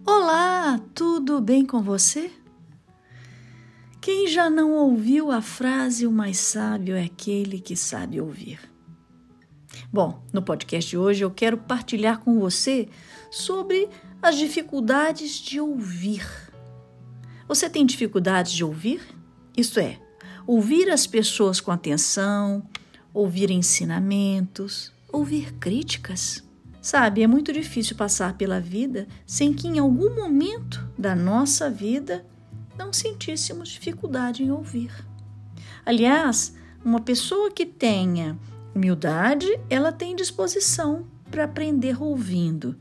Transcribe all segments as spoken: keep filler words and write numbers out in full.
Olá, tudo bem com você? Quem já não ouviu a frase "o mais sábio é aquele que sabe ouvir"? Bom, no podcast de hoje eu quero partilhar com você sobre as dificuldades de ouvir. Você tem dificuldades de ouvir? Isto é, ouvir as pessoas com atenção, ouvir ensinamentos, ouvir críticas. Sabe, é muito difícil passar pela vida sem que em algum momento da nossa vida não sentíssemos dificuldade em ouvir. Aliás, uma pessoa que tenha humildade, ela tem disposição para aprender ouvindo,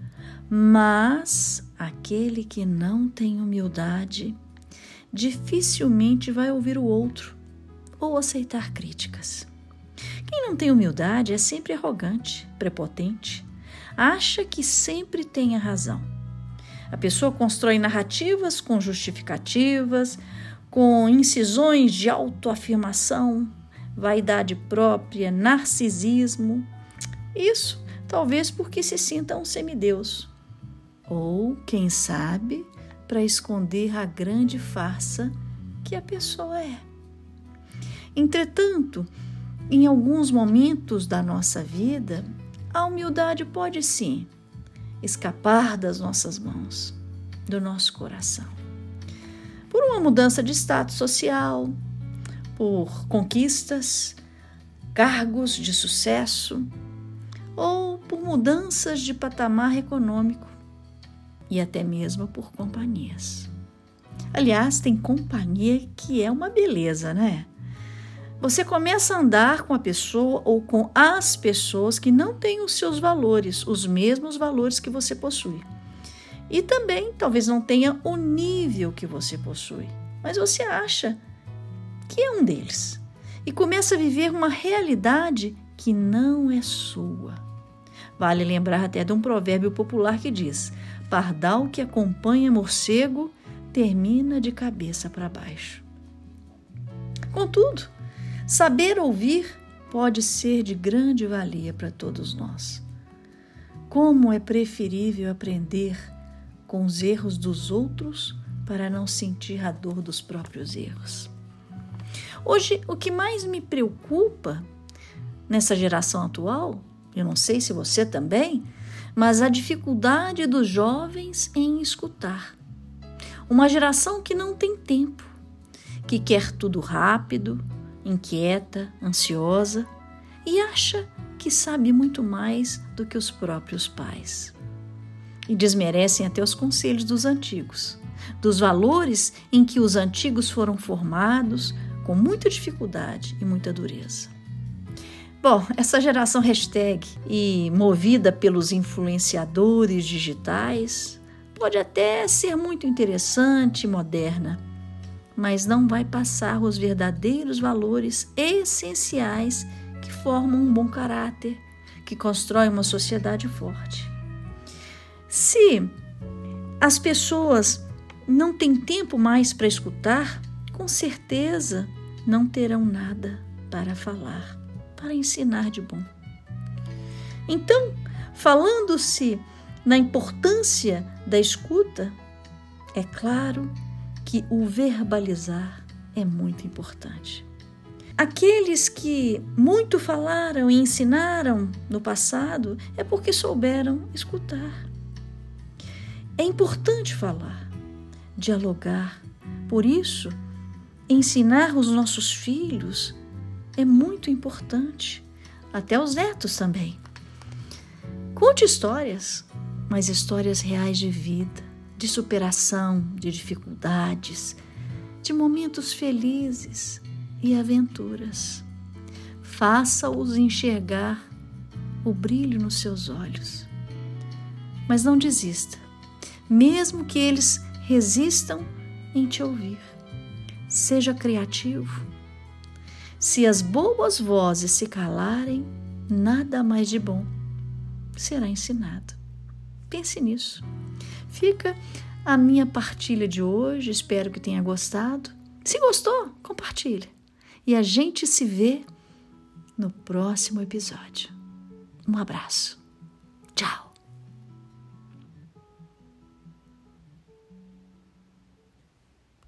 mas aquele que não tem humildade dificilmente vai ouvir o outro ou aceitar críticas. Quem não tem humildade é sempre arrogante, prepotente, acha que sempre tem a razão. A pessoa constrói narrativas com justificativas, com incisões de autoafirmação, vaidade própria, narcisismo. Isso talvez porque se sinta um semideus. Ou, quem sabe, para esconder a grande farsa que a pessoa é. Entretanto, em alguns momentos da nossa vida, a humildade pode sim escapar das nossas mãos, do nosso coração. Por uma mudança de status social, por conquistas, cargos de sucesso ou por mudanças de patamar econômico e até mesmo por companhias. Aliás, tem companhia que é uma beleza, né? Você começa a andar com a pessoa ou com as pessoas que não têm os seus valores, os mesmos valores que você possui. E também talvez não tenha o nível que você possui, mas você acha que é um deles. E começa a viver uma realidade que não é sua. Vale lembrar até de um provérbio popular que diz: pardal que acompanha morcego termina de cabeça para baixo. Contudo, saber ouvir pode ser de grande valia para todos nós. Como é preferível aprender com os erros dos outros para não sentir a dor dos próprios erros. Hoje, o que mais me preocupa nessa geração atual, eu não sei se você também, mas a dificuldade dos jovens em escutar. Uma geração que não tem tempo, que quer tudo rápido, inquieta, ansiosa e acha que sabe muito mais do que os próprios pais. E desmerecem até os conselhos dos antigos, dos valores em que os antigos foram formados com muita dificuldade e muita dureza. Bom, essa geração hashtag e movida pelos influenciadores digitais pode até ser muito interessante e moderna, mas não vai passar os verdadeiros valores essenciais que formam um bom caráter, que constroem uma sociedade forte. Se as pessoas não têm tempo mais para escutar, com certeza não terão nada para falar, para ensinar de bom. Então, falando-se na importância da escuta, é claro que o verbalizar é muito importante. Aqueles que muito falaram e ensinaram no passado é porque souberam escutar. É importante falar, dialogar. Por isso, ensinar os nossos filhos é muito importante, até os netos também. Conte histórias, mas histórias reais de vida, de superação, de dificuldades, de momentos felizes e aventuras. Faça-os enxergar o brilho nos seus olhos. Mas não desista, mesmo que eles resistam em te ouvir. Seja criativo. Se as boas vozes se calarem, nada mais de bom será ensinado. Pense nisso. Fica a minha partilha de hoje, espero que tenha gostado. Se gostou, compartilha. E a gente se vê no próximo episódio. Um abraço. Tchau.